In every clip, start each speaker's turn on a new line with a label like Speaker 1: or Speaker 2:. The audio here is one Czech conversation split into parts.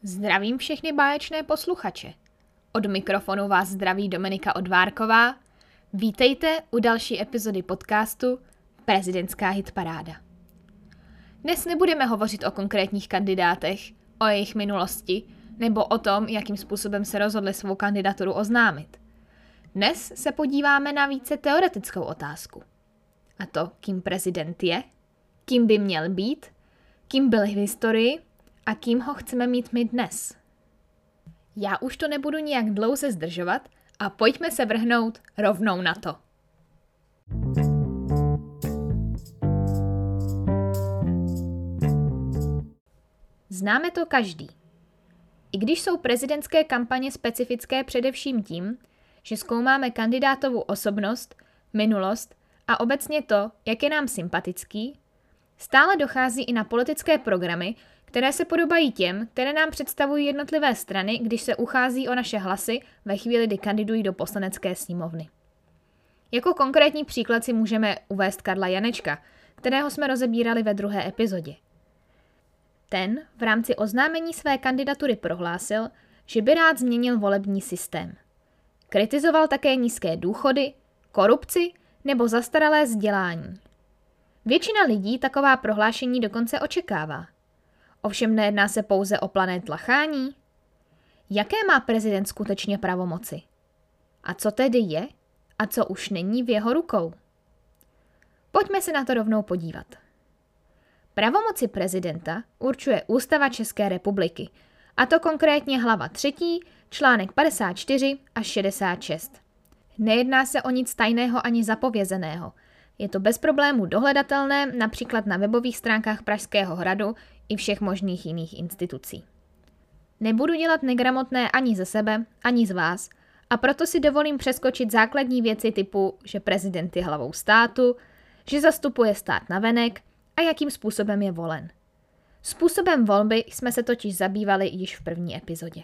Speaker 1: Zdravím všechny báječné posluchače. Od mikrofonu vás zdraví Dominika Odvárková. Vítejte u další epizody podcastu Prezidentská hitparáda. Dnes nebudeme hovořit o konkrétních kandidátech, o jejich minulosti nebo o tom, jakým způsobem se rozhodli svou kandidaturu oznámit. Dnes se podíváme na více teoretickou otázku. A to, kým prezident je, kým by měl být, kým byl v historii a kým ho chceme mít my dnes. Já už to nebudu nijak dlouze zdržovat a pojďme se vrhnout rovnou na to. Známe to každý. I když jsou prezidentské kampaně specifické především tím, že zkoumáme kandidátovu osobnost, minulost a obecně to, jak je nám sympatický, stále dochází i na politické programy, které se podobají těm, které nám představují jednotlivé strany, když se uchází o naše hlasy ve chvíli, kdy kandidují do poslanecké sněmovny. Jako konkrétní příklad si můžeme uvést Karla Janečka, kterého jsme rozebírali ve 2. epizodě. Ten v rámci oznámení své kandidatury prohlásil, že by rád změnil volební systém. Kritizoval také nízké důchody, korupci nebo zastaralé vzdělání. Většina lidí taková prohlášení dokonce očekává. Ovšem nejedná se pouze o plané tlachání. Jaké má prezident skutečně pravomoci? A co tedy je a co už není v jeho rukou? Pojďme se na to rovnou podívat. Pravomoci prezidenta určuje Ústava České republiky, a to konkrétně hlava 3, článek 54 až 66. Nejedná se o nic tajného ani zapovězeného. Je to bez problémů dohledatelné například na webových stránkách Pražského hradu i všech možných jiných institucí. Nebudu dělat negramotné ani ze sebe, ani z vás, a proto si dovolím přeskočit základní věci typu, že prezident je hlavou státu, že zastupuje stát navenek a jakým způsobem je volen. Způsobem volby jsme se totiž zabývali již v první epizodě.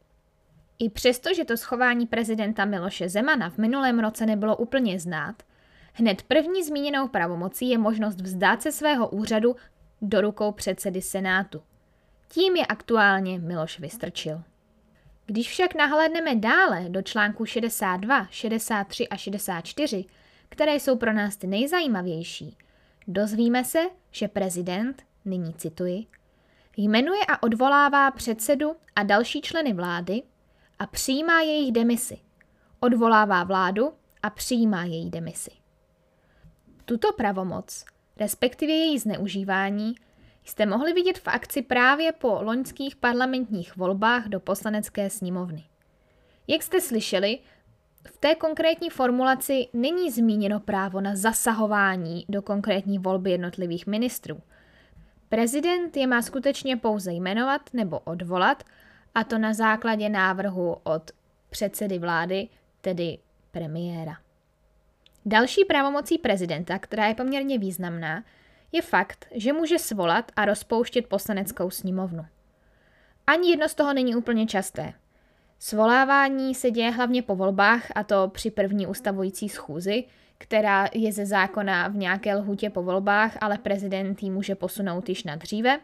Speaker 1: I přesto, že to schování prezidenta Miloše Zemana v minulém roce nebylo úplně znát, hned první zmíněnou pravomocí je možnost vzdát se svého úřadu do rukou předsedy Senátu. Tím je aktuálně Miloš Vystrčil. Když však nahlédneme dále do článku 62, 63 a 64, které jsou pro nás ty nejzajímavější, dozvíme se, že prezident, nyní cituji, jmenuje a odvolává předsedu a další členy vlády a přijímá jejich demisi. Odvolává vládu a přijímá její demisi. Tuto pravomoc, respektive její zneužívání, jste mohli vidět v akci právě po loňských parlamentních volbách do poslanecké sněmovny. Jak jste slyšeli, v té konkrétní formulaci není zmíněno právo na zasahování do konkrétní volby jednotlivých ministrů. Prezident je má skutečně pouze jmenovat nebo odvolat, a to na základě návrhu od předsedy vlády, tedy premiéra. Další pravomocí prezidenta, která je poměrně významná, je fakt, že může svolat a rozpouštět poslaneckou sněmovnu. Ani jedno z toho není úplně časté. Svolávání se děje hlavně po volbách, a to při první ustavující schůzi, která je ze zákona v nějaké lhůtě po volbách, ale prezident ji může posunout již na dříve.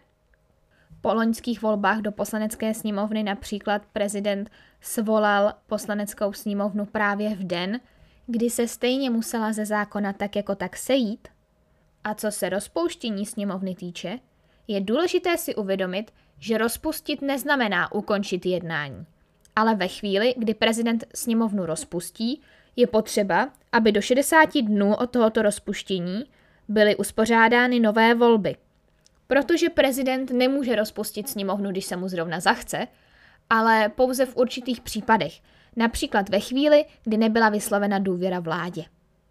Speaker 1: Po loňských volbách do poslanecké sněmovny například prezident svolal poslaneckou sněmovnu právě v den, kdy se stejně musela ze zákona tak jako tak sejít. A co se rozpouštění sněmovny týče, je důležité si uvědomit, že rozpustit neznamená ukončit jednání. Ale ve chvíli, kdy prezident sněmovnu rozpustí, je potřeba, aby do 60 dnů od tohoto rozpuštění byly uspořádány nové volby. Protože prezident nemůže rozpustit sněmovnu, když se mu zrovna zachce, ale pouze v určitých případech, například ve chvíli, kdy nebyla vyslovena důvěra vládě.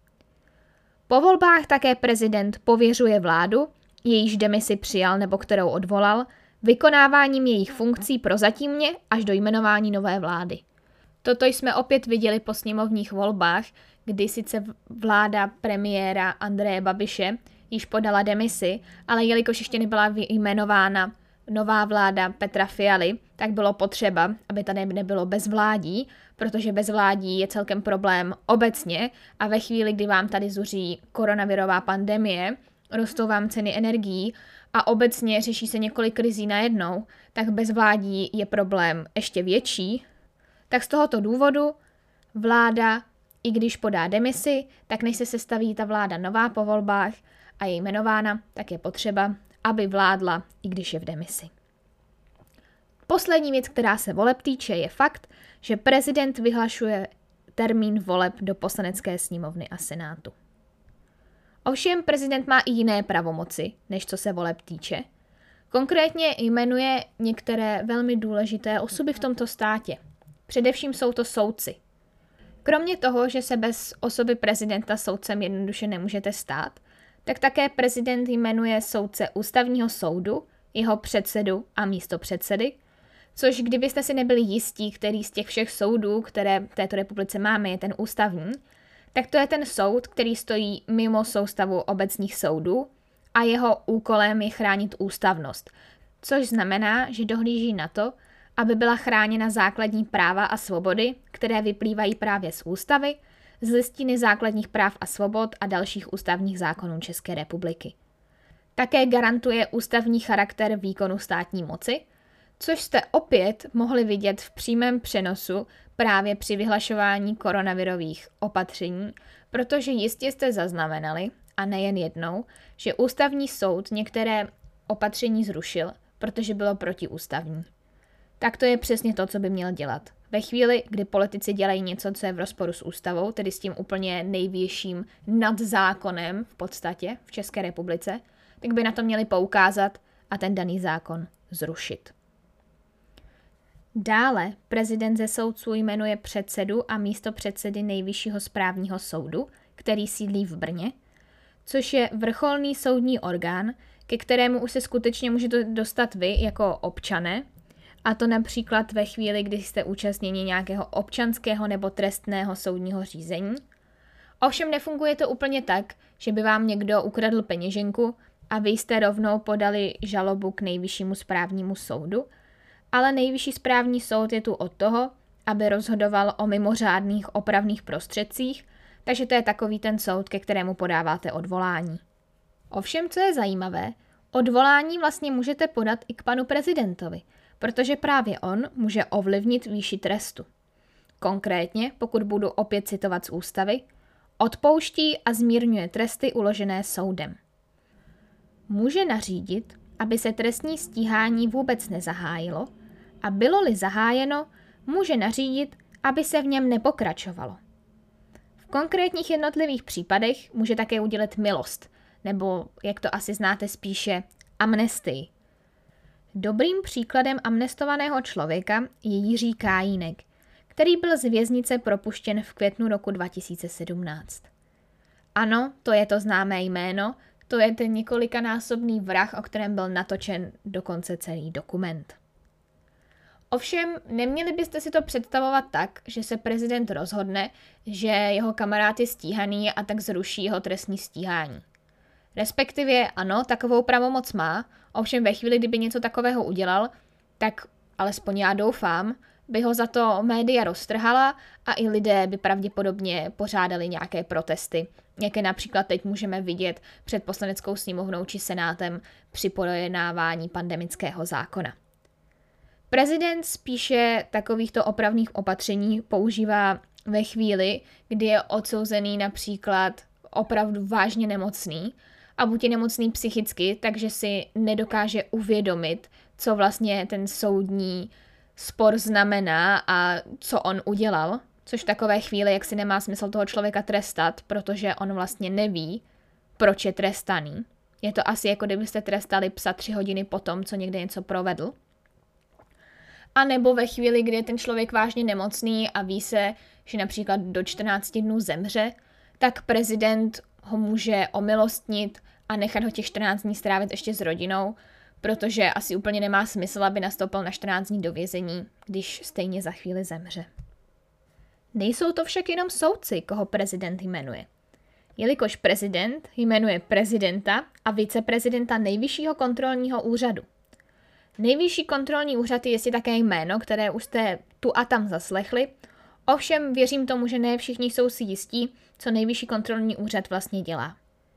Speaker 1: Po volbách také prezident pověřuje vládu, jejíž demisi přijal nebo kterou odvolal, vykonáváním jejich funkcí prozatímně až do jmenování nové vlády. Toto jsme opět viděli po sněmovních volbách, kdy sice vláda premiéra Andreje Babiše již podala demisi, ale jelikož ještě nebyla jmenována nová vláda Petra Fialy, tak bylo potřeba, aby tady nebylo bezvládí, protože bezvládí je celkem problém obecně a ve chvíli, kdy vám tady zuří koronavirová pandemie, rostou vám ceny energií a obecně řeší se několik krizí najednou, tak bezvládí je problém ještě větší, tak z tohoto důvodu vláda, i když podá demisi, tak než se sestaví ta vláda nová po volbách a je jmenována, tak je potřeba, aby vládla, i když je v demisi. Poslední věc, která se voleb týče, je fakt, že prezident vyhlašuje termín voleb do Poslanecké sněmovny a Senátu. Ovšem prezident má i jiné pravomoci, než co se voleb týče. Konkrétně jmenuje některé velmi důležité osoby v tomto státě. Především jsou to soudci. Kromě toho, že se bez osoby prezidenta soudcem jednoduše nemůžete stát, tak také prezident jmenuje soudce ústavního soudu, jeho předsedu a místopředsedy, což kdybyste si nebyli jistí, který z těch všech soudů, které v této republice máme, je ten ústavní, tak to je ten soud, který stojí mimo soustavu obecních soudů a jeho úkolem je chránit ústavnost, což znamená, že dohlíží na to, aby byla chráněna základní práva a svobody, které vyplývají právě z ústavy, z listiny základních práv a svobod a dalších ústavních zákonů České republiky. Také garantuje ústavní charakter výkonu státní moci, což jste opět mohli vidět v přímém přenosu právě při vyhlašování koronavirových opatření, protože jistě jste zaznamenali, a nejen jednou, že ústavní soud některé opatření zrušil, protože bylo protiústavní. Tak to je přesně to, co by měl dělat. Ve chvíli, kdy politici dělají něco, co je v rozporu s ústavou, tedy s tím úplně nejvyšším nadzákonem v podstatě v České republice, tak by na to měli poukázat a ten daný zákon zrušit. Dále prezident ze soudců jmenuje předsedu a místopředsedy Nejvyššího správního soudu, který sídlí v Brně, což je vrcholný soudní orgán, ke kterému už se skutečně můžete dostat vy jako občané, a to například ve chvíli, kdy jste účastněni nějakého občanského nebo trestného soudního řízení. Ovšem nefunguje to úplně tak, že by vám někdo ukradl peněženku a vy jste rovnou podali žalobu k Nejvyššímu správnímu soudu, ale Nejvyšší správní soud je tu od toho, aby rozhodoval o mimořádných opravných prostředcích, takže to je takový ten soud, ke kterému podáváte odvolání. Ovšem, co je zajímavé, odvolání vlastně můžete podat i k panu prezidentovi, protože právě on může ovlivnit výši trestu. Konkrétně, pokud budu opět citovat z ústavy, odpouští a zmírňuje tresty uložené soudem. Může nařídit, aby se trestní stíhání vůbec nezahájilo, a bylo-li zahájeno, může nařídit, aby se v něm nepokračovalo. V konkrétních jednotlivých případech může také udělit milost, nebo, jak to asi znáte spíše, amnestii. Dobrým příkladem amnestovaného člověka je Jiří Kajínek, který byl z věznice propuštěn v květnu roku 2017. Ano, to je to známé jméno, to je ten několikanásobný vrah, o kterém byl natočen dokonce celý dokument. Ovšem, neměli byste si to představovat tak, že se prezident rozhodne, že jeho kamarád je stíhaný a tak zruší jeho trestní stíhání. Respektive ano, takovou pravomoc má, ovšem ve chvíli, kdyby něco takového udělal, tak alespoň já doufám, by ho za to média roztrhala a i lidé by pravděpodobně pořádali nějaké protesty, jaké například teď můžeme vidět před Poslaneckou sněmovnou či Senátem při projednávání pandemického zákona. Prezident spíše takovýchto opravných opatření používá ve chvíli, kdy je odsouzený například opravdu vážně nemocný a buď je nemocný psychicky, takže si nedokáže uvědomit, co vlastně ten soudní spor znamená a co on udělal, což v takové chvíli, jak si nemá smysl toho člověka trestat, protože on vlastně neví, proč je trestaný. Je to asi jako kdybyste trestali psa 3 hodiny po tom, co někde něco provedl. A nebo ve chvíli, kdy je ten člověk vážně nemocný a ví se, že například do 14 dnů zemře, tak prezident ho může omilostnit a nechat ho těch 14 dní strávit ještě s rodinou, protože asi úplně nemá smysl, aby nastoupil na 14 dní do vězení, když stejně za chvíli zemře. Nejsou to však jenom soudci, koho prezident jmenuje. Jelikož prezident jmenuje prezidenta a viceprezidenta Nejvyššího kontrolního úřadu. Nejvyšší kontrolní úřad je jistě také jméno, které už jste tu a tam zaslechli, ovšem věřím tomu, že ne všichni jsou si jistí, co Nejvyšší kontrolní úřad vlastně dělá.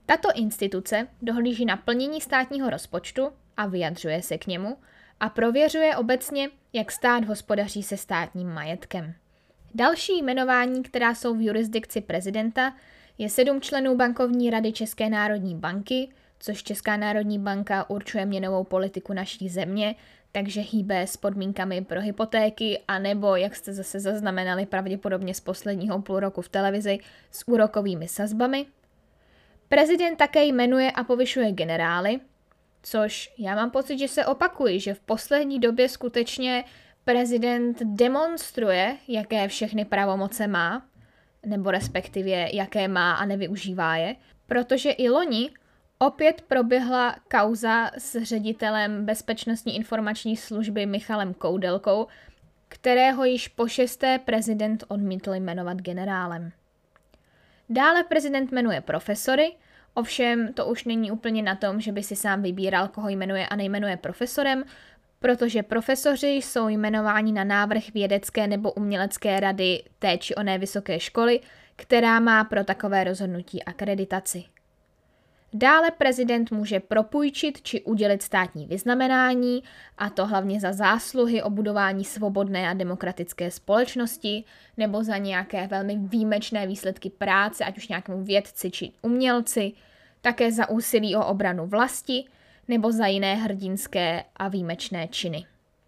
Speaker 1: Tato instituce dohlíží na plnění státního rozpočtu a vyjadřuje se k němu a prověřuje obecně, jak stát hospodaří se státním majetkem. Další jmenování, která jsou v jurisdikci prezidenta, je 7 členů bankovní rady České národní banky, což Česká národní banka určuje měnovou politiku naší země, takže hýbe s podmínkami pro hypotéky, anebo, jak jste zase zaznamenali pravděpodobně z posledního půl roku v televizi, s úrokovými sazbami. Prezident také jmenuje a povyšuje generály, což já mám pocit, že se opakují, že v poslední době skutečně prezident demonstruje, jaké všechny pravomoce má, nebo respektive jaké má a nevyužívá je, protože i loni opět proběhla kauza s ředitelem Bezpečnostní informační služby Michalem Koudelkou, kterého již po 6. prezident odmítl jmenovat generálem. Dále prezident jmenuje profesory, ovšem to už není úplně na tom, že by si sám vybíral, koho jmenuje a nejmenuje profesorem, protože profesoři jsou jmenováni na návrh vědecké nebo umělecké rady té či oné vysoké školy, která má pro takové rozhodnutí akreditaci. Dále prezident může propůjčit či udělit státní vyznamenání, a to hlavně za zásluhy o budování svobodné a demokratické společnosti nebo za nějaké velmi výjimečné výsledky práce, ať už nějakému vědci či umělci, také za úsilí o obranu vlasti nebo za jiné hrdinské a výjimečné činy.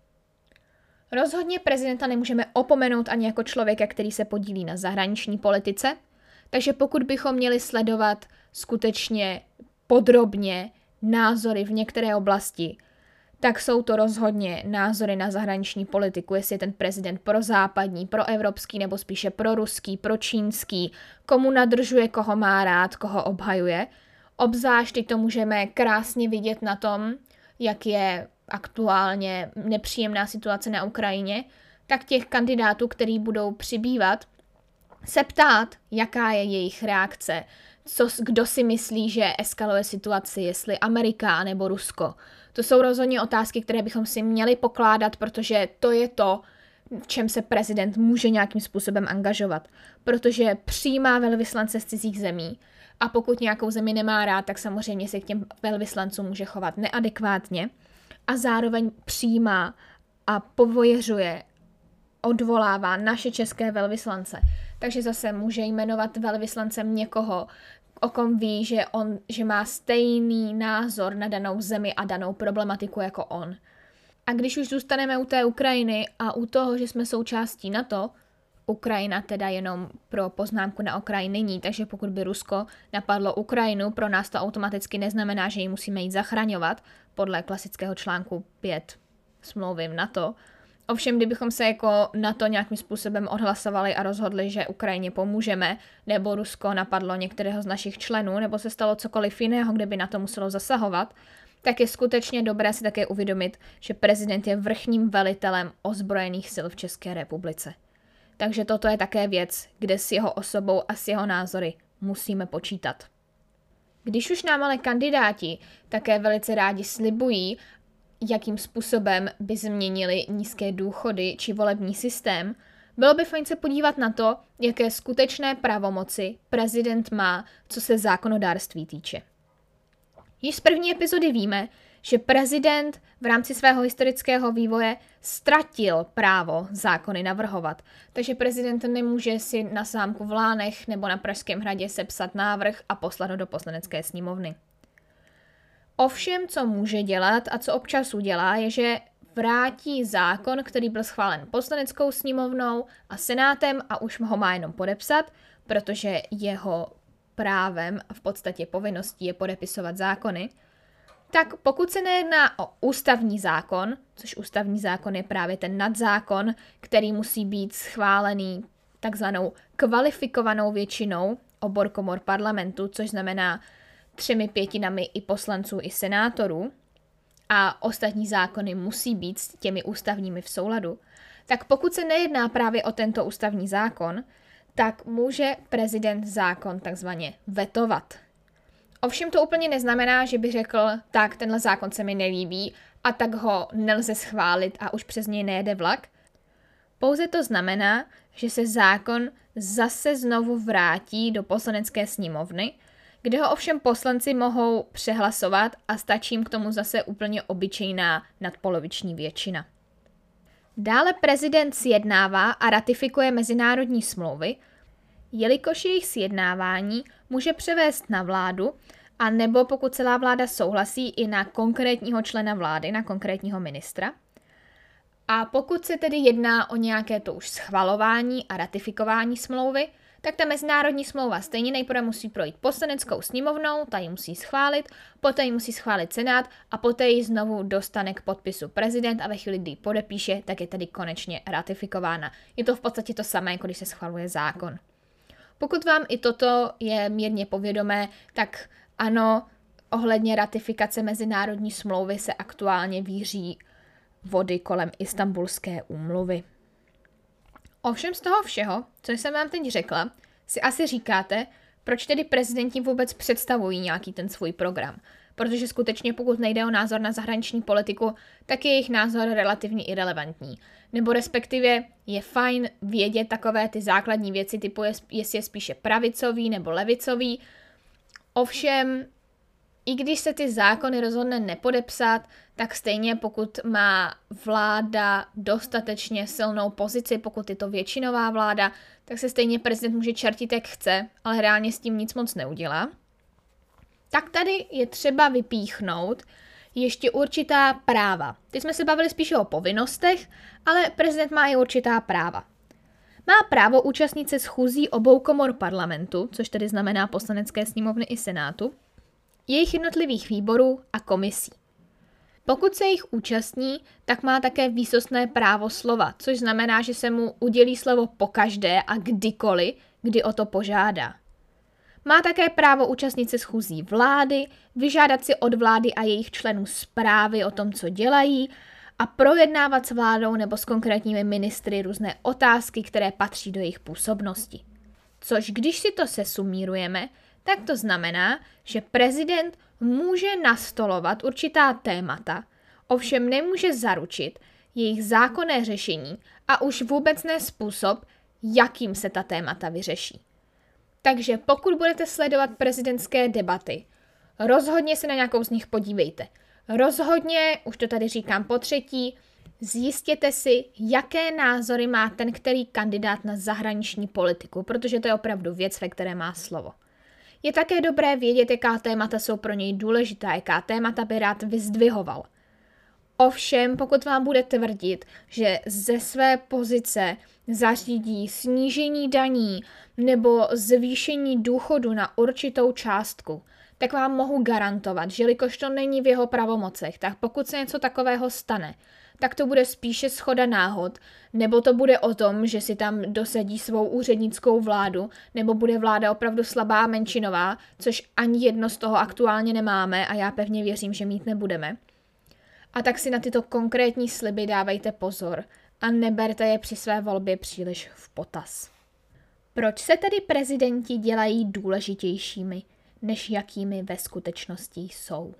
Speaker 1: Rozhodně prezidenta nemůžeme opomenout ani jako člověka, který se podílí na zahraniční politice, takže pokud bychom měli sledovat skutečně podrobně názory v některé oblasti, tak jsou to rozhodně názory na zahraniční politiku, jestli je ten prezident prozápadní, proevropský nebo spíše proruský, pročínský, komu nadržuje, koho má rád, koho obhajuje. Obzvlášť teď to můžeme krásně vidět na tom, jak je aktuálně nepříjemná situace na Ukrajině, tak těch kandidátů, který budou přibývat, se ptát, jaká je jejich reakce, kdo si myslí, že eskaluje situaci, jestli Amerika nebo Rusko. To jsou rozhodně otázky, které bychom si měli pokládat, protože to je to, v čem se prezident může nějakým způsobem angažovat. Protože přijímá velvyslance z cizích zemí a pokud nějakou zemi nemá rád, tak samozřejmě se k těm velvyslancům může chovat neadekvátně a zároveň přijímá a pověřuje, odvolává naše české velvyslance. Takže zase může jmenovat velvyslancem někoho, o kom ví, že má stejný názor na danou zemi a danou problematiku jako on. A když už zůstaneme u té Ukrajiny a u toho, že jsme součástí NATO, Ukrajina teda jenom pro poznámku na okraji není, takže pokud by Rusko napadlo Ukrajinu, pro nás to automaticky neznamená, že ji musíme jít zachraňovat, podle klasického článku 5 smlouvy v NATO. Ovšem, kdybychom se jako NATO nějakým způsobem odhlasovali a rozhodli, že Ukrajině pomůžeme, nebo Rusko napadlo některého z našich členů, nebo se stalo cokoliv jiného, kde by NATO muselo zasahovat, tak je skutečně dobré si také uvědomit, že prezident je vrchním velitelem ozbrojených sil v České republice. Takže toto je také věc, kde s jeho osobou a s jeho názory musíme počítat. Když už nám ale kandidáti také velice rádi slibují, jakým způsobem by změnili nízké důchody či volební systém, bylo by fajn se podívat na to, jaké skutečné pravomoci prezident má, co se zákonodárství týče. Již z první epizody víme, že prezident v rámci svého historického vývoje ztratil právo zákony navrhovat. Takže prezident nemůže si na zámku v Lánech nebo na Pražském hradě sepsat návrh a poslat ho do poslanecké sněmovny. Ovšem, co může dělat a co občas udělá, je, že vrátí zákon, který byl schválen poslaneckou sněmovnou a senátem a už ho má jenom podepsat, protože jeho právem a v podstatě povinností je podepisovat zákony. Tak pokud se nejedná o ústavní zákon, což ústavní zákon je právě ten nadzákon, který musí být schválený takzvanou kvalifikovanou většinou obor komor parlamentu, což znamená 3/5 i poslanců, i senátorů, a ostatní zákony musí být s těmi ústavními v souladu, tak pokud se nejedná právě o tento ústavní zákon, tak může prezident zákon takzvaně vetovat. Ovšem to úplně neznamená, že by řekl, tak tenhle zákon se mi nelíbí a tak ho nelze schválit a už přes něj nejede vlak. Pouze to znamená, že se zákon zase znovu vrátí do poslanecké sněmovny, kde ho ovšem poslanci mohou přehlasovat a stačí jim k tomu zase úplně obyčejná nadpoloviční většina. Dále prezident sjednává a ratifikuje mezinárodní smlouvy, jelikož jejich sjednávání může převést na vládu, a nebo pokud celá vláda souhlasí i na konkrétního člena vlády, na konkrétního ministra. A pokud se tedy jedná o nějaké to už schvalování a ratifikování smlouvy, tak ta mezinárodní smlouva stejně nejprve musí projít poslaneckou sněmovnou, ta ji musí schválit, poté ji musí schválit senát a poté ji znovu dostane k podpisu prezident a ve chvíli, kdy ji podepíše, tak je tedy konečně ratifikována. Je to v podstatě to samé, jako když se schvaluje zákon. Pokud vám i toto je mírně povědomé, tak ano, ohledně ratifikace mezinárodní smlouvy se aktuálně víří vody kolem Istanbulské úmluvy. Ovšem z toho všeho, co jsem vám teď řekla, si asi říkáte, proč tedy prezidenti vůbec představují nějaký ten svůj program. Protože skutečně pokud nejde o názor na zahraniční politiku, tak je jejich názor relativně irelevantní. Nebo respektive je fajn vědět takové ty základní věci, typu jestli je spíše pravicový nebo levicový. Ovšem, i když se ty zákony rozhodne nepodepsat, tak stejně pokud má vláda dostatečně silnou pozici, pokud je to většinová vláda, tak se stejně prezident může čertit jak chce, ale reálně s tím nic moc neudělá. Tak tady je třeba vypíchnout ještě určitá práva. Teď jsme se bavili spíše o povinnostech, ale prezident má i určitá práva. Má právo účastnit se schůzí obou komor parlamentu, což tedy znamená Poslanecké sněmovny i Senátu, jejich jednotlivých výborů a komisí. Pokud se jich účastní, tak má také výsostné právo slova, což znamená, že se mu udělí slovo pokaždé a kdykoliv, kdy o to požádá. Má také právo účastnit se schůzí vlády, vyžádat si od vlády a jejich členů zprávy o tom, co dělají, a projednávat s vládou nebo s konkrétními ministry různé otázky, které patří do jejich působnosti. Což když si to sesumírujeme, tak to znamená, že prezident může nastolovat určitá témata, ovšem nemůže zaručit jejich zákonné řešení a už vůbec ne způsob, jakým se ta témata vyřeší. Takže pokud budete sledovat prezidentské debaty, rozhodně se na nějakou z nich podívejte. Rozhodně, už to tady říkám po třetí, zjistěte si, jaké názory má ten, který kandidát na zahraniční politiku, protože to je opravdu věc, ve které má slovo. Je také dobré vědět, jaká témata jsou pro něj důležitá, jaká témata by rád vyzdvihoval. Ovšem, pokud vám bude tvrdit, že ze své pozice zařídí snížení daní nebo zvýšení důchodu na určitou částku, tak vám mohu garantovat, že jelikož to není v jeho pravomocech, tak pokud se něco takového stane, tak to bude spíše shoda náhod, nebo to bude o tom, že si tam dosadí svou úřednickou vládu, nebo bude vláda opravdu slabá a menšinová, což ani jedno z toho aktuálně nemáme a já pevně věřím, že mít nebudeme. A tak si na tyto konkrétní sliby dávejte pozor a neberte je při své volbě příliš v potaz. Proč se tedy prezidenti dělají důležitějšími, než jakými ve skutečnosti jsou?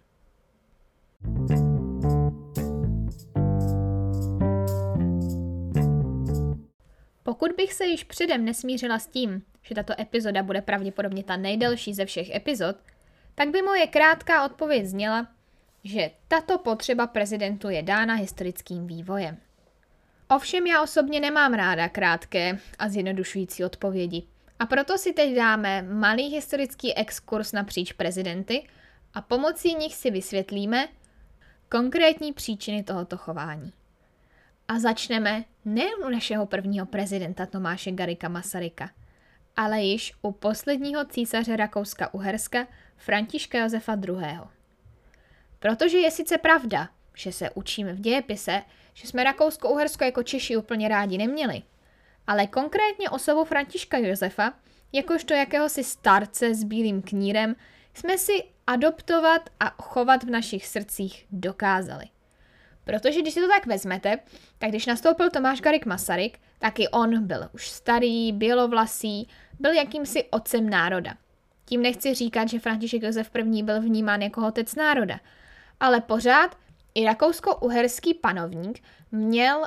Speaker 1: Pokud bych se již předem nesmířila s tím, že tato epizoda bude pravděpodobně ta nejdelší ze všech epizod, tak by moje krátká odpověď zněla, že tato potřeba prezidentu je dána historickým vývojem. Ovšem já osobně nemám ráda krátké a zjednodušující odpovědi. A proto si teď dáme malý historický exkurs napříč prezidenty a pomocí nich si vysvětlíme konkrétní příčiny tohoto chování. A začneme ne u našeho prvního prezidenta Tomáše Garrigua Masaryka, ale již u posledního císaře Rakouska-Uherska Františka Josefa II. Protože je sice pravda, že se učíme v dějepise, že jsme Rakousko-Uhersko jako Češi úplně rádi neměli, ale konkrétně osobu Františka Josefa, jakožto jakéhosi starce s bílým knírem, jsme si adoptovat a chovat v našich srdcích dokázali. Protože když si to tak vezmete, tak když nastoupil Tomáš Garrigue Masaryk, tak i on byl už starý, bělovlasý, byl jakýmsi otcem národa. Tím nechci říkat, že František Josef I. byl vnímán jako otec národa, ale pořád i rakousko-uherský panovník měl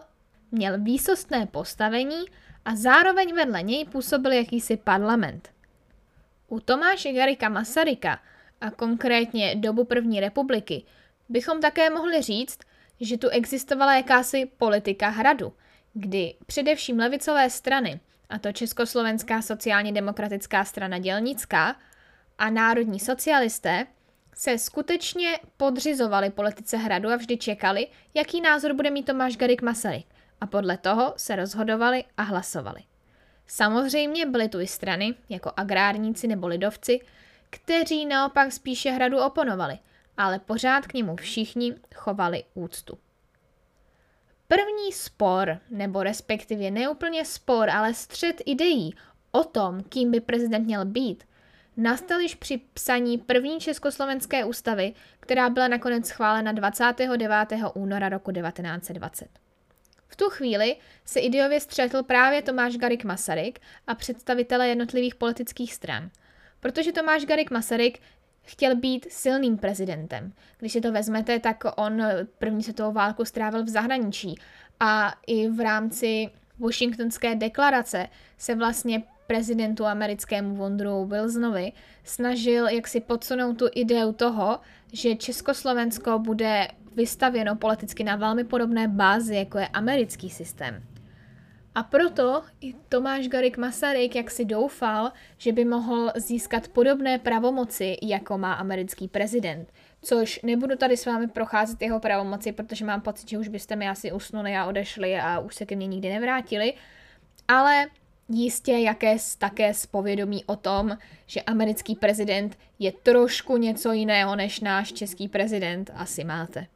Speaker 1: výsostné postavení a zároveň vedle něj působil jakýsi parlament. U Tomáše Garrigua Masaryka a konkrétně dobu první republiky bychom také mohli říct, že tu existovala jakási politika hradu, kdy především levicové strany, a to Československá sociálně demokratická strana dělnická a národní socialisté, se skutečně podřizovali politice hradu a vždy čekali, jaký názor bude mít Tomáš Garrigue Masaryk, a podle toho se rozhodovali a hlasovali. Samozřejmě byly tu i strany, jako agrárníci nebo lidovci, kteří naopak spíše hradu oponovali, ale pořád k němu všichni chovali úctu. První spor, nebo respektive neúplně spor, ale střet ideí o tom, kým by prezident měl být, nastal již při psaní první československé ústavy, která byla nakonec schválena 29. února roku 1920. V tu chvíli se ideově střetl právě Tomáš Garrigue Masaryk a představitelé jednotlivých politických stran, protože Tomáš Garrigue Masaryk chtěl být silným prezidentem. Když si to vezmete, tak on první světovou válku strávil v zahraničí a i v rámci Washingtonské deklarace se vlastně prezidentu americkému Woodrow Wilsonovi snažil jaksi podsunout tu ideu toho, že Československo bude vystavěno politicky na velmi podobné bázi, jako je americký systém. A proto i Tomáš Garrigue Masaryk jaksi doufal, že by mohl získat podobné pravomoci, jako má americký prezident. Což nebudu tady s vámi procházet jeho pravomoci, protože mám pocit, že už byste mi asi usnuli a odešli a už se ke mně nikdy nevrátili. Ale jistě také povědomí o tom, že americký prezident je trošku něco jiného než náš český prezident, asi máte.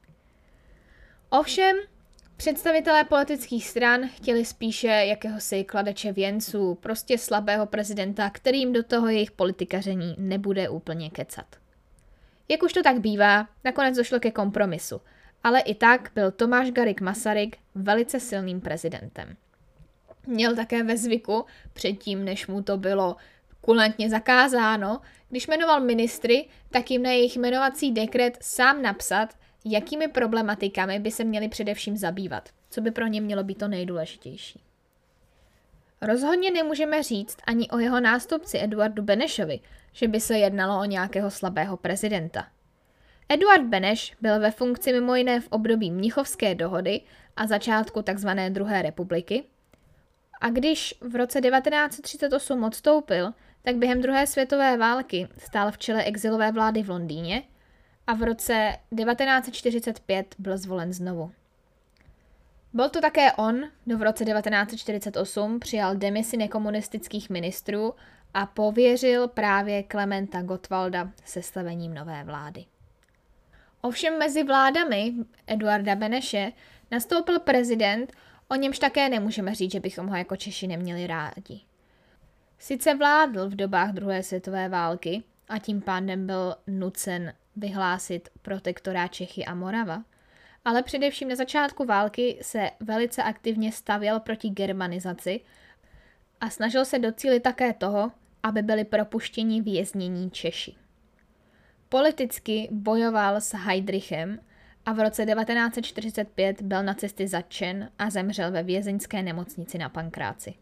Speaker 1: Ovšem, představitelé politických stran chtěli spíše jakéhosi kladeče věnců, prostě slabého prezidenta, kterým do toho jejich politikaření nebude úplně kecat. Jak už to tak bývá, nakonec došlo ke kompromisu, ale i tak byl Tomáš Garrigue Masaryk velice silným prezidentem. Měl také ve zvyku, předtím než mu to bylo kulantně zakázáno, když jmenoval ministry, tak jim na jejich jmenovací dekret sám napsat, jakými problematikami by se měli především zabývat, co by pro ně mělo být to nejdůležitější. Rozhodně nemůžeme říct ani o jeho nástupci Eduardu Benešovi, že by se jednalo o nějakého slabého prezidenta. Eduard Beneš byl ve funkci mimo jiné v období Mnichovské dohody a začátku tzv. Druhé republiky, a když v roce 1938 odstoupil, tak během druhé světové války stál v čele exilové vlády v Londýně a v roce 1945 byl zvolen znovu. Byl to také on, kdo v roce 1948 přijal demisi nekomunistických ministrů a pověřil právě Klementa Gottwalda sestavením nové vlády. Ovšem mezi vládami Eduarda Beneše nastoupil prezident, o němž také nemůžeme říct, že bychom ho jako Češi neměli rádi. Sice vládl v dobách druhé světové války a tím pádem byl nucen vyhlásit protektorát Čechy a Morava, ale především na začátku války se velice aktivně stavěl proti germanizaci a snažil se docílit také toho, aby byli propuštěni věznění Češi. Politicky bojoval s Heydrichem a v roce 1945 byl nacisty zatčen a zemřel ve vězeňské nemocnici na Pankráci.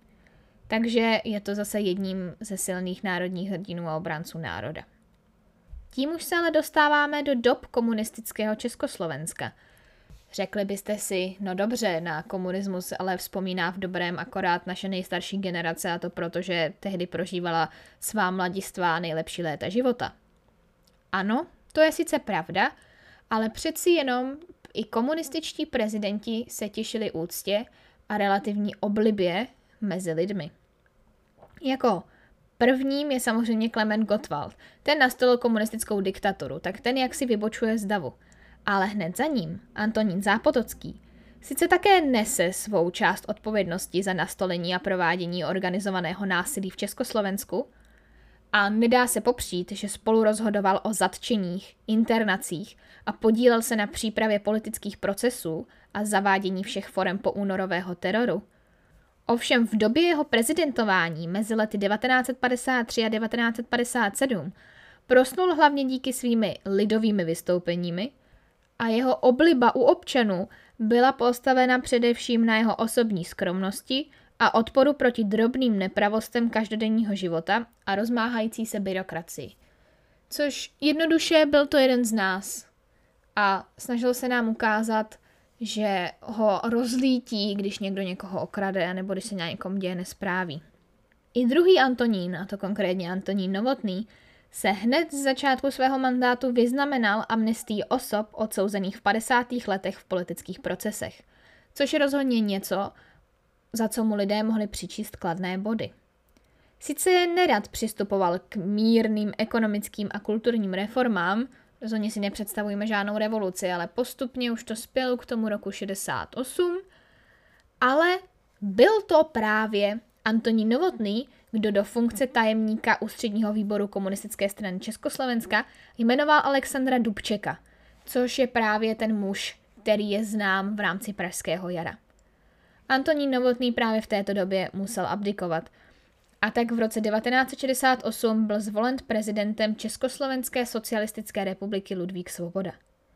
Speaker 1: Takže je to zase jedním ze silných národních hrdinů a obránců národa. Tím už se ale dostáváme do dob komunistického Československa. Řekli byste si, no dobře, na komunismus ale vzpomíná v dobrém akorát naše nejstarší generace, a to proto, že tehdy prožívala svá mladistvá nejlepší léta života. Ano, to je sice pravda, ale přeci jenom i komunističtí prezidenti se těšili úctě a relativní oblibě mezi lidmi. Jako prvním je samozřejmě Klement Gottwald. Ten nastolil komunistickou diktaturu, tak ten jaksi vybočuje z davu. Ale hned za ním Antonín Zápotocký sice také nese svou část odpovědnosti za nastolení a provádění organizovaného násilí v Československu, a nedá se popřít, že spolu rozhodoval o zatčeních, internacích a podílel se na přípravě politických procesů a zavádění všech forem poúnorového teroru. Ovšem v době jeho prezidentování mezi lety 1953 a 1957 prosnul hlavně díky svými lidovými vystoupeními a jeho obliba u občanů byla postavena především na jeho osobní skromnosti a odporu proti drobným nepravostem každodenního života a rozmáhající se byrokracii. Což jednoduše byl to jeden z nás a snažil se nám ukázat, že ho rozlítí, když někdo někoho okrade nebo když se na někom děje nespráví. I druhý Antonín, a to konkrétně Antonín Novotný, se hned z začátku svého mandátu vyznamenal amnestií osob odsouzených v 50. letech v politických procesech, což je rozhodně něco, za co mu lidé mohli přičíst kladné body. Sice nerad přistupoval k mírným ekonomickým a kulturním reformám, rozhodně si nepředstavujeme žádnou revoluci, ale postupně už to spělo k tomu roku 68, ale byl to právě Antonín Novotný, kdo do funkce tajemníka ústředního výboru Komunistické strany Československa jmenoval Alexandra Dubčeka, což je právě ten muž, který je znám v rámci Pražského jara. Antonín Novotný právě v této době musel abdikovat a tak v roce 1968 byl zvolen prezidentem Československé socialistické republiky Ludvík Svoboda.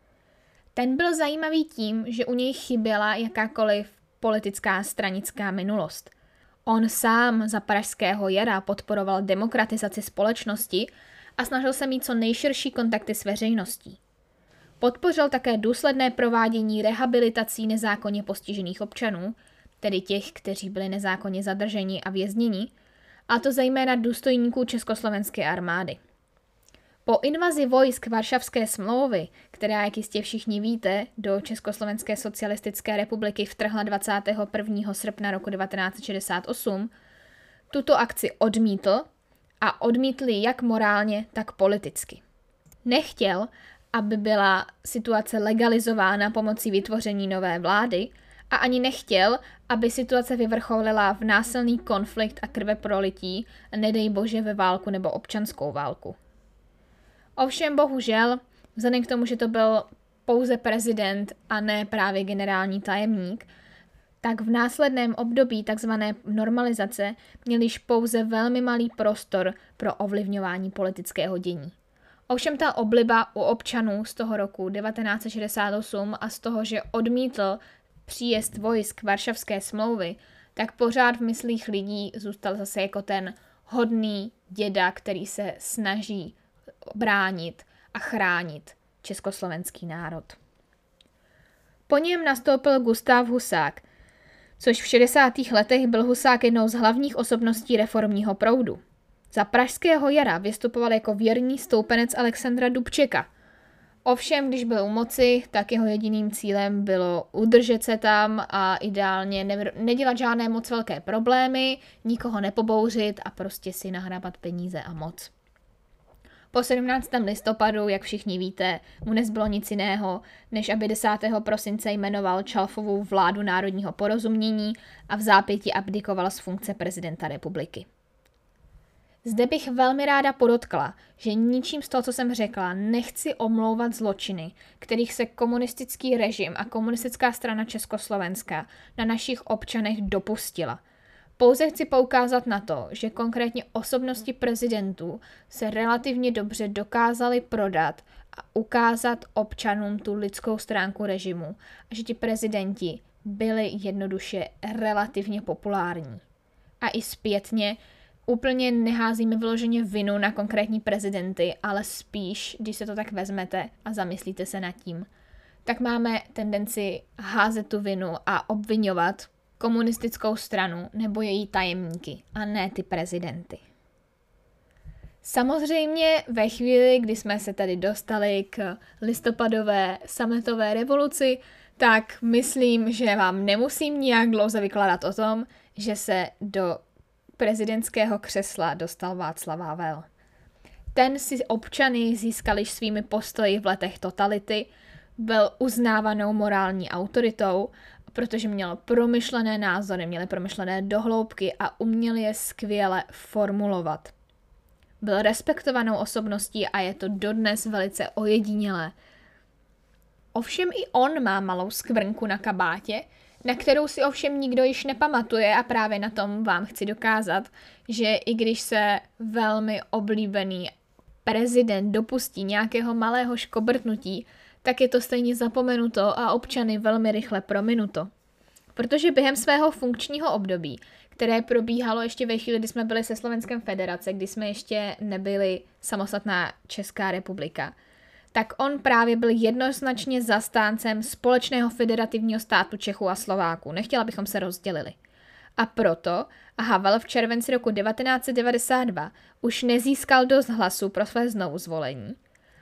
Speaker 1: Ten byl zajímavý tím, že u něj chyběla jakákoliv politická stranická minulost. On sám za Pražského jara podporoval demokratizaci společnosti a snažil se mít co nejširší kontakty s veřejností. Podpořil také důsledné provádění rehabilitací nezákonně postižených občanů, tedy těch, kteří byli nezákonně zadrženi a vězněni, a to zejména důstojníků Československé armády. Po invazi vojsk Varšavské smlouvy, která, jak jistě všichni víte, do Československé socialistické republiky vtrhla 21. srpna roku 1968, tuto akci odmítl a odmítli jak morálně, tak politicky. Nechtěl, aby byla situace legalizována pomocí vytvoření nové vlády a ani nechtěl, aby situace vyvrcholila v násilný konflikt a krveprolití, nedej bože ve válku nebo občanskou válku. Ovšem bohužel, vzhledem k tomu, že to byl pouze prezident a ne právě generální tajemník, tak v následném období tzv. Normalizace měl již pouze velmi malý prostor pro ovlivňování politického dění. Ovšem ta obliba u občanů z toho roku 1968 a z toho, že odmítl příjezd vojsk Varšavské smlouvy, tak pořád v myslích lidí zůstal zase jako ten hodný děda, který se snaží bránit a chránit československý národ. Po něm nastoupil Gustav Husák, což v 60. letech byl Husák jednou z hlavních osobností reformního proudu. Za Pražského jara vystupoval jako věrný stoupenec Alexandra Dubčeka. Ovšem, když byl u moci, tak jeho jediným cílem bylo udržet se tam a ideálně nedělat žádné moc velké problémy, nikoho nepobouřit a prostě si nahrábat peníze a moc. Po 17. listopadu, jak všichni víte, mu nezbylo nic jiného, než aby 10. prosince jmenoval Čalfovu vládu národního porozumění a v zápětí abdikoval z funkce prezidenta republiky. Zde bych velmi ráda podotkla, že ničím z toho, co jsem řekla, nechci omlouvat zločiny, kterých se komunistický režim a komunistická strana Československa na našich občanech dopustila. Pouze chci poukázat na to, že konkrétně osobnosti prezidentů se relativně dobře dokázaly prodat a ukázat občanům tu lidskou stránku režimu a že ti prezidenti byli jednoduše relativně populární. A i zpětně úplně neházíme vyloženě vinu na konkrétní prezidenty, ale spíš, když se to tak vezmete a zamyslíte se nad tím, tak máme tendenci házet tu vinu a obvinovat komunistickou stranu nebo její tajemníky a ne ty prezidenty. Samozřejmě ve chvíli, kdy jsme se tady dostali k listopadové sametové revoluci, tak myslím, že vám nemusím nijak dlouze vykládat o tom, že se do prezidentského křesla dostal Václav Havel. Ten si občany získal již svými postoji v letech totality, byl uznávanou morální autoritou, protože měl promyšlené názory, měl promyšlené dohloubky a uměl je skvěle formulovat. Byl respektovanou osobností a je to dodnes velice ojedinělé. Ovšem i on má malou skvrnku na kabátě, na kterou si ovšem nikdo již nepamatuje a právě na tom vám chci dokázat, že i když se velmi oblíbený prezident dopustí nějakého malého škobrtnutí, tak je to stejně zapomenuto a občany velmi rychle prominuto. Protože během svého funkčního období, které probíhalo ještě ve chvíli, kdy jsme byli se Slovenskem federace, kdy jsme ještě nebyli samostatná Česká republika, tak on právě byl jednoznačně zastáncem společného federativního státu Čechů a Slováků. Nechtěl, abychom se rozdělili. A proto Havel v červenci roku 1992 už nezískal dost hlasů pro své znovuzvolení.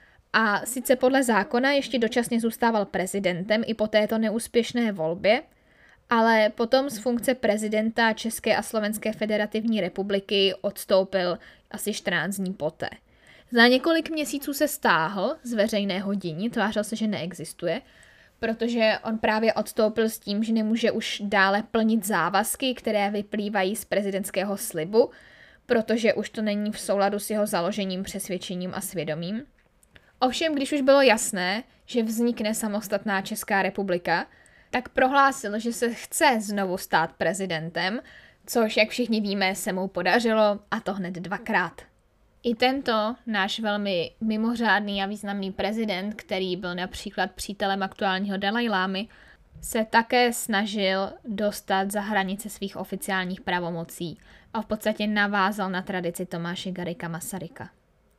Speaker 1: A sice podle zákona ještě dočasně zůstával prezidentem i po této neúspěšné volbě, ale potom z funkce prezidenta České a Slovenské federativní republiky odstoupil asi 14 dní poté. Za několik měsíců se stáhl z veřejného dění, tvářil se, že neexistuje, protože on právě odstoupil s tím, že nemůže už dále plnit závazky, které vyplývají z prezidentského slibu, protože už to není v souladu s jeho založením, přesvědčením a svědomím. Ovšem, když už bylo jasné, že vznikne samostatná Česká republika, tak prohlásil, že se chce znovu stát prezidentem, což, jak všichni víme, se mu podařilo, a to hned 2krát. I tento náš velmi mimořádný a významný prezident, který byl například přítelem aktuálního Dalajlámy, se také snažil dostat za hranice svých oficiálních pravomocí a v podstatě navázal na tradici Tomáše Garrigua Masaryka.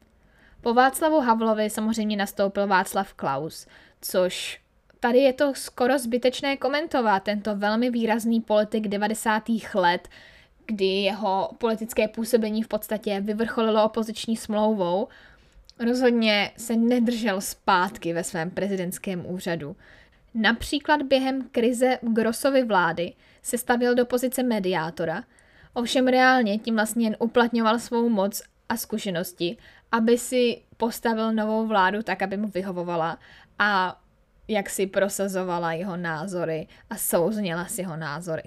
Speaker 1: Po Václavu Havlovi samozřejmě nastoupil Václav Klaus, což tady je to skoro zbytečné komentovat, tento velmi výrazný politik 90. let, kdy jeho politické působení v podstatě vyvrcholilo opoziční smlouvou, rozhodně se nedržel zpátky ve svém prezidentském úřadu. Například během krize Grossovy vlády se stavěl do pozice mediátora, ovšem reálně tím vlastně jen uplatňoval svou moc a zkušenosti, aby si postavil novou vládu tak, aby mu vyhovovala a jak si prosazovala jeho názory a souzněla s jeho názory.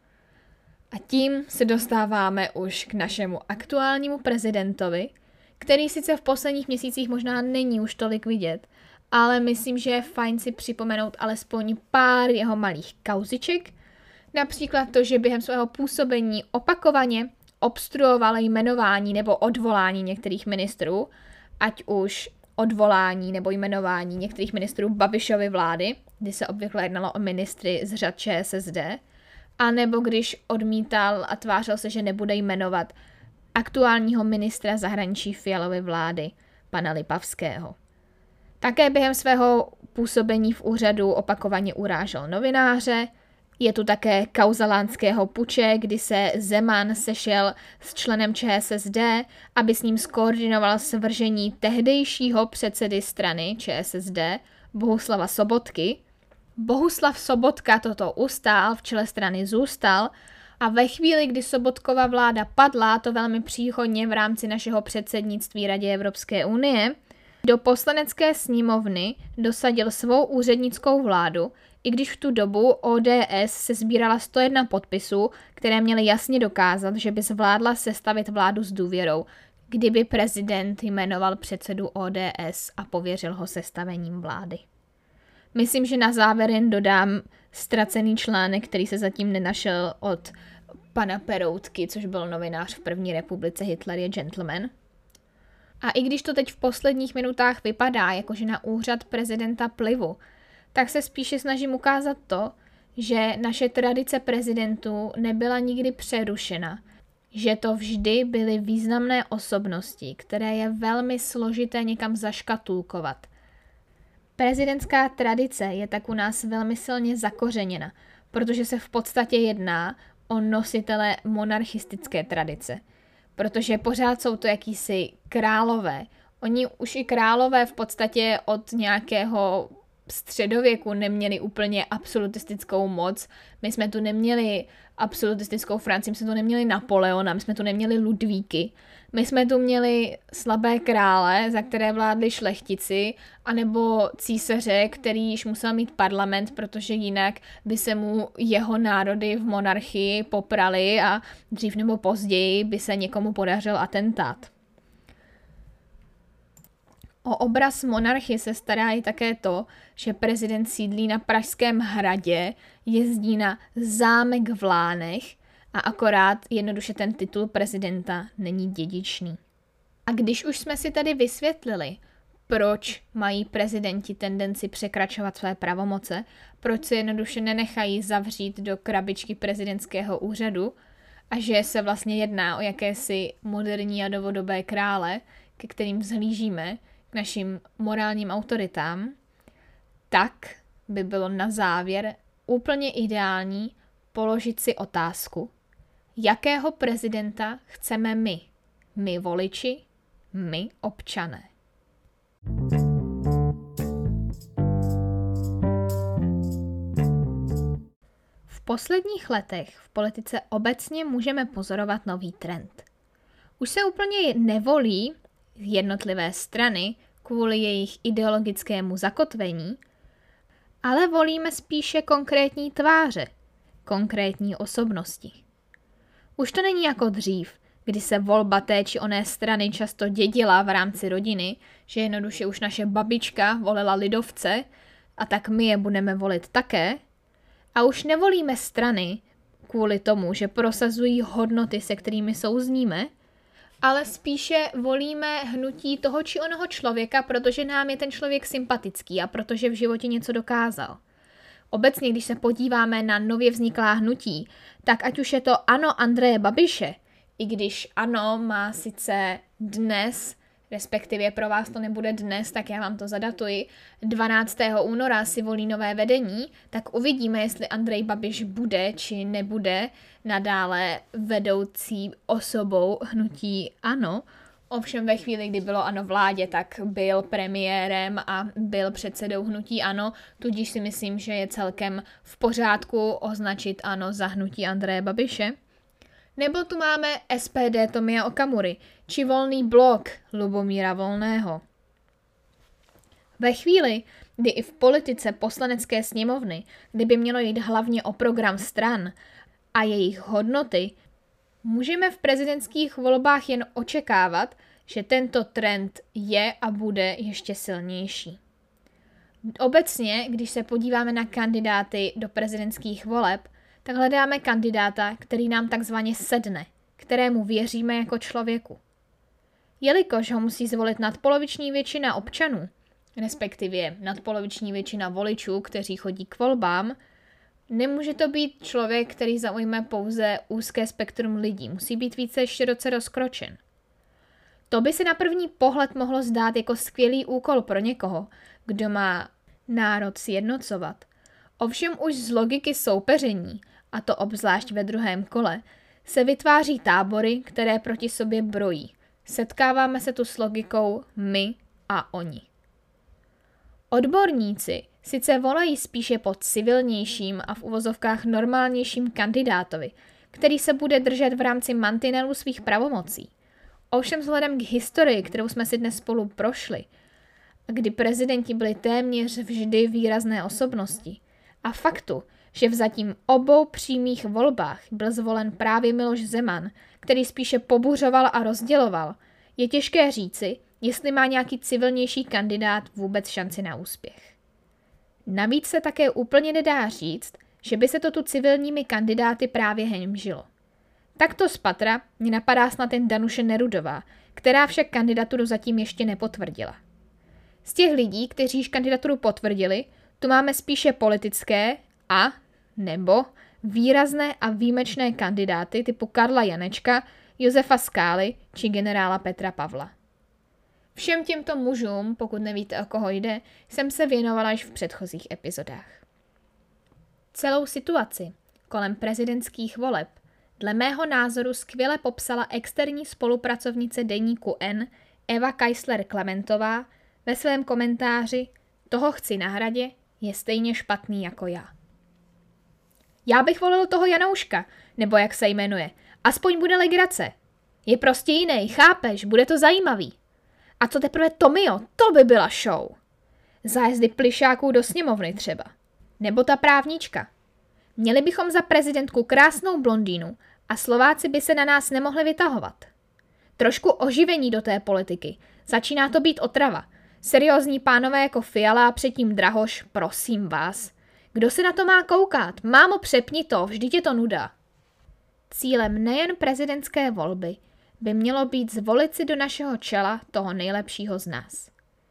Speaker 1: A tím se dostáváme už k našemu aktuálnímu prezidentovi, který sice v posledních měsících možná není už tolik vidět, ale myslím, že je fajn si připomenout alespoň pár jeho malých kauziček, například to, že během svého působení opakovaně obstruoval jmenování nebo odvolání některých ministrů, ať už odvolání nebo jmenování některých ministrů Babišovy vlády, kdy se obvykle jednalo o ministry z řad ČSSD, a nebo když odmítal a tvářil se, že nebude jmenovat aktuálního ministra zahraničí Fialovy vlády, pana Lipavského. Také během svého působení v úřadu opakovaně urážel novináře. Je tu také kauza lánského puče, kdy se Zeman sešel s členem ČSSD, aby s ním skoordinoval svržení tehdejšího předsedy strany ČSSD, Bohuslava Sobotky. Bohuslav Sobotka toto ustál, v čele strany zůstal a ve chvíli, kdy Sobotkova vláda padla, to velmi příhodně v rámci našeho předsednictví Radě Evropské unie, do poslanecké sněmovny dosadil svou úřednickou vládu, i když v tu dobu ODS se sbírala 101 podpisů, které měly jasně dokázat, že by zvládla sestavit vládu s důvěrou, kdyby prezident jmenoval předsedu ODS a pověřil ho sestavením vlády. Myslím, že na závěr jen dodám ztracený článek, který se zatím nenašel od pana Peroutky, což byl novinář v první republice Hitler je gentleman. A i když to teď v posledních minutách vypadá, jakože na úřad prezidenta plivu, tak se spíše snažím ukázat to, že naše tradice prezidentů nebyla nikdy přerušena, že to vždy byly významné osobnosti, které je velmi složité někam zaškatulkovat. Prezidentská tradice je tak u nás velmi silně zakořeněna, protože se v podstatě jedná o nositele monarchistické tradice. Protože pořád jsou to jakýsi králové. Oni už i králové v podstatě od nějakého středověku neměli úplně absolutistickou moc. My jsme tu neměli absolutistickou Francii, my jsme tu neměli Napoleona, my jsme tu neměli Ludvíky. My jsme tu měli slabé krále, za které vládli šlechtici, anebo císaře, který již musel mít parlament, protože jinak by se mu jeho národy v monarchii poprali a dřív nebo později by se někomu podařil atentát. O obraz monarchy se stará i také to, že prezident sídlí na Pražském hradě, jezdí na zámek v Lánech a akorát jednoduše ten titul prezidenta není dědičný. A když už jsme si tady vysvětlili, proč mají prezidenti tendenci překračovat své pravomoce, proč se jednoduše nenechají zavřít do krabičky prezidentského úřadu a že se vlastně jedná o jakési moderní a novodobé krále, ke kterým vzhlížíme, k našim morálním autoritám, tak by bylo na závěr úplně ideální položit si otázku, jakého prezidenta chceme my voliči, my občané. V posledních letech v politice obecně můžeme pozorovat nový trend. Už se úplně nevolí jednotlivé strany kvůli jejich ideologickému zakotvení, ale volíme spíše konkrétní tváře, konkrétní osobnosti. Už to není jako dřív, kdy se volba té či oné strany často dědila v rámci rodiny, že jednoduše už naše babička volila lidovce a tak my je budeme volit také. A už nevolíme strany kvůli tomu, že prosazují hodnoty, se kterými souzníme, ale spíše volíme hnutí toho či onoho člověka, protože nám je ten člověk sympatický a protože v životě něco dokázal. Obecně, když se podíváme na nově vzniklá hnutí, tak ať už je to ANO Andreje Babiše, i když ANO má sice dnes, respektive pro vás to nebude dnes, tak já vám to zadatuji, 12. února si volí nové vedení, tak uvidíme, jestli Andrej Babiš bude či nebude nadále vedoucí osobou hnutí ANO. Ovšem ve chvíli, kdy bylo ANO vládě, tak byl premiérem a byl předsedou hnutí ANO, tudíž si myslím, že je celkem v pořádku označit ANO za hnutí Andreje Babiše. Nebo tu máme SPD Tomia Okamury, či Volný blok Lubomíra Volného. Ve chvíli, kdy i v politice poslanecké sněmovny, kdy by mělo jít hlavně o program stran a jejich hodnoty, můžeme v prezidentských volbách jen očekávat, že tento trend je a bude ještě silnější. Obecně, když se podíváme na kandidáty do prezidentských voleb, tak hledáme kandidáta, který nám takzvaně sedne, kterému věříme jako člověku. Jelikož ho musí zvolit nadpoloviční většina občanů, respektive nadpoloviční většina voličů, kteří chodí k volbám, nemůže to být člověk, který zaujme pouze úzké spektrum lidí, musí být více široce rozkročen. To by se na první pohled mohlo zdát jako skvělý úkol pro někoho, kdo má národ sjednocovat. Ovšem už z logiky soupeření, a to obzvlášť ve druhém kole, se vytváří tábory, které proti sobě brojí. Setkáváme se tu s logikou my a oni. Odborníci sice volají spíše po civilnějším a v uvozovkách normálnějším kandidátovi, který se bude držet v rámci mantinelů svých pravomocí. Ovšem vzhledem k historii, kterou jsme si dnes spolu prošli, kdy prezidenti byli téměř vždy výrazné osobnosti, a faktu, že v zatím obou přímých volbách byl zvolen právě Miloš Zeman, který spíše pobuřoval a rozděloval, je těžké říci, jestli má nějaký civilnější kandidát vůbec šanci na úspěch. Navíc se také úplně nedá říct, že by se to tu civilními kandidáty právě hemžilo. Takto z patra mě napadá snad jen Danuše Nerudová, která však kandidaturu zatím ještě nepotvrdila. Z těch lidí, kteří již kandidaturu potvrdili, tu máme spíše politické a nebo výrazné a výjimečné kandidáty typu Karla Janečka, Josefa Skály či generála Petra Pavla. Všem těmto mužům, pokud nevíte, o koho jde, jsem se věnovala již v předchozích epizodách. Celou situaci kolem prezidentských voleb dle mého názoru skvěle popsala externí spolupracovnice deníku N Eva Keisler-Klementová ve svém komentáři "Toho chci na hradě, je stejně špatný jako já." Já bych volil toho Janouška, nebo jak se jmenuje, aspoň bude legrace. Je prostě jiný, chápeš, bude to zajímavý. A co teprve Tomio, to by byla show. Zájezdy plišáků do sněmovny třeba. Nebo ta právnička. Měli bychom za prezidentku krásnou blondýnu a Slováci by se na nás nemohli vytahovat. Trošku oživení do té politiky. Začíná to být otrava. Seriózní pánové jako Fiala a předtím Drahoš, prosím vás. Kdo se na to má koukat? Mámo, přepni to, vždyť je to nuda. Cílem nejen prezidentské volby by mělo být zvolit si do našeho čela toho nejlepšího z nás.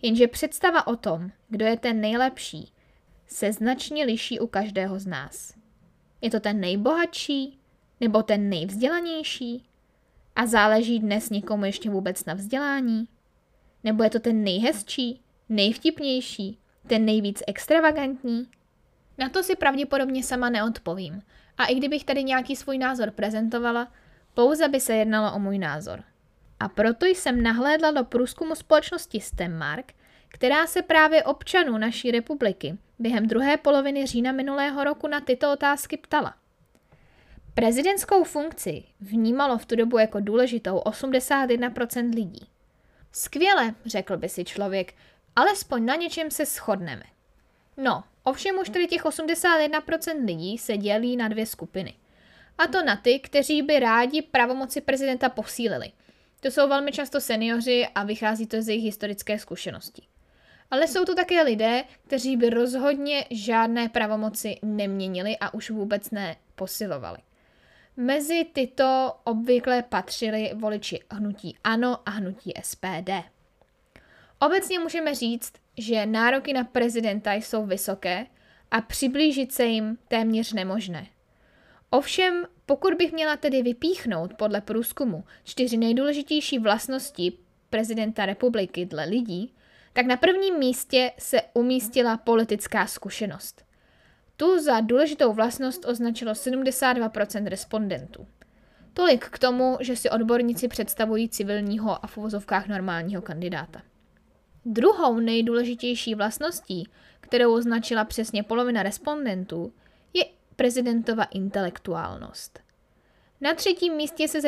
Speaker 1: Jenže představa o tom, kdo je ten nejlepší, se značně liší u každého z nás. Je to ten nejbohatší nebo ten nejvzdělanější? A záleží dnes někomu ještě vůbec na vzdělání? Nebo je to ten nejhezčí, nejvtipnější, ten nejvíc extravagantní? Na to si pravděpodobně sama neodpovím. A i kdybych tady nějaký svůj názor prezentovala, pouze by se jednalo o můj názor. A proto jsem nahlédla do průzkumu společnosti Stemmark, která se právě občanů naší republiky během druhé poloviny října minulého roku na tyto otázky ptala. Prezidentskou funkci vnímalo v tu dobu jako důležitou 81% lidí. Skvěle, řekl by si člověk, alespoň na něčem se shodneme. No, ovšem už tady těch 81% lidí se dělí na dvě skupiny. A to na ty, kteří by rádi pravomoci prezidenta posílili. To jsou velmi často seniori a vychází to z jejich historické zkušenosti. Ale jsou to také lidé, kteří by rozhodně žádné pravomoci neměnili a už vůbec neposilovali. Mezi tyto obvykle patřili voliči hnutí ANO a hnutí SPD. Obecně můžeme říct, že nároky na prezidenta jsou vysoké a přiblížit se jim téměř nemožné. Ovšem, pokud bych měla tedy vypíchnout podle průzkumu 4 nejdůležitější vlastnosti prezidenta republiky dle lidí, tak na prvním místě se umístila politická zkušenost. Tu za důležitou vlastnost označilo 72% respondentů. Tolik k tomu, že si odborníci představují civilního a v uvozovkách normálního kandidáta. Druhou nejdůležitější vlastností, kterou označila přesně polovina respondentů, je prezidentova intelektuálnost. Na třetím místě se ze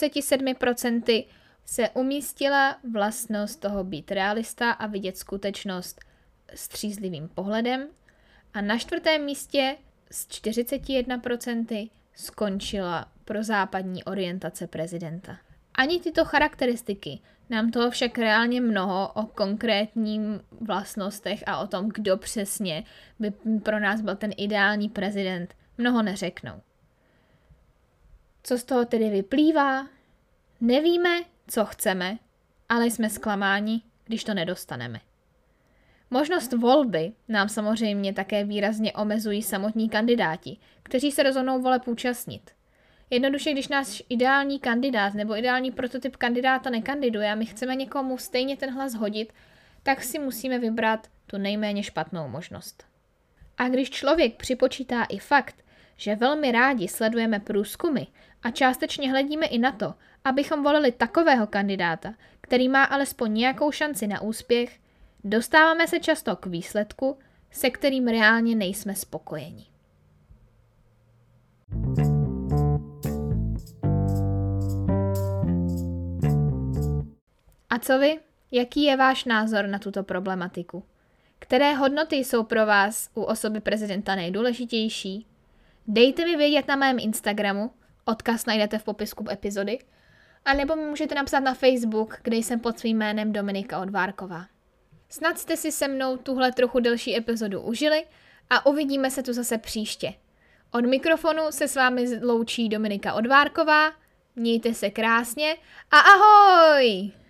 Speaker 1: 47% se umístila vlastnost toho být realista a vidět skutečnost střízlivým pohledem a na čtvrtém místě s 41% skončila prozápadní orientace prezidenta. Ani tyto charakteristiky nám toho však reálně mnoho o konkrétním vlastnostech a o tom, kdo přesně by pro nás byl ten ideální prezident, mnoho neřeknou. Co z toho tedy vyplývá? Nevíme, co chceme, ale jsme zklamáni, když to nedostaneme. Možnost volby nám samozřejmě také výrazně omezují samotní kandidáti, kteří se rozhodnou voleb účastnit. Jednoduše, když náš ideální kandidát nebo ideální prototyp kandidáta nekandiduje a my chceme někomu stejně ten hlas hodit, tak si musíme vybrat tu nejméně špatnou možnost. A když člověk připočítá i fakt, že velmi rádi sledujeme průzkumy a částečně hledíme i na to, abychom volili takového kandidáta, který má alespoň nějakou šanci na úspěch, dostáváme se často k výsledku, se kterým reálně nejsme spokojeni. A co vy? Jaký je váš názor na tuto problematiku? Které hodnoty jsou pro vás u osoby prezidenta nejdůležitější? Dejte mi vědět na mém Instagramu, odkaz najdete v popisku epizody, a nebo mi můžete napsat na Facebook, kde jsem pod svým jménem Dominika Odvárková. Snad jste si se mnou tuhle trochu delší epizodu užili a uvidíme se tu zase příště. Od mikrofonu se s vámi loučí Dominika Odvárková, mějte se krásně a ahoj!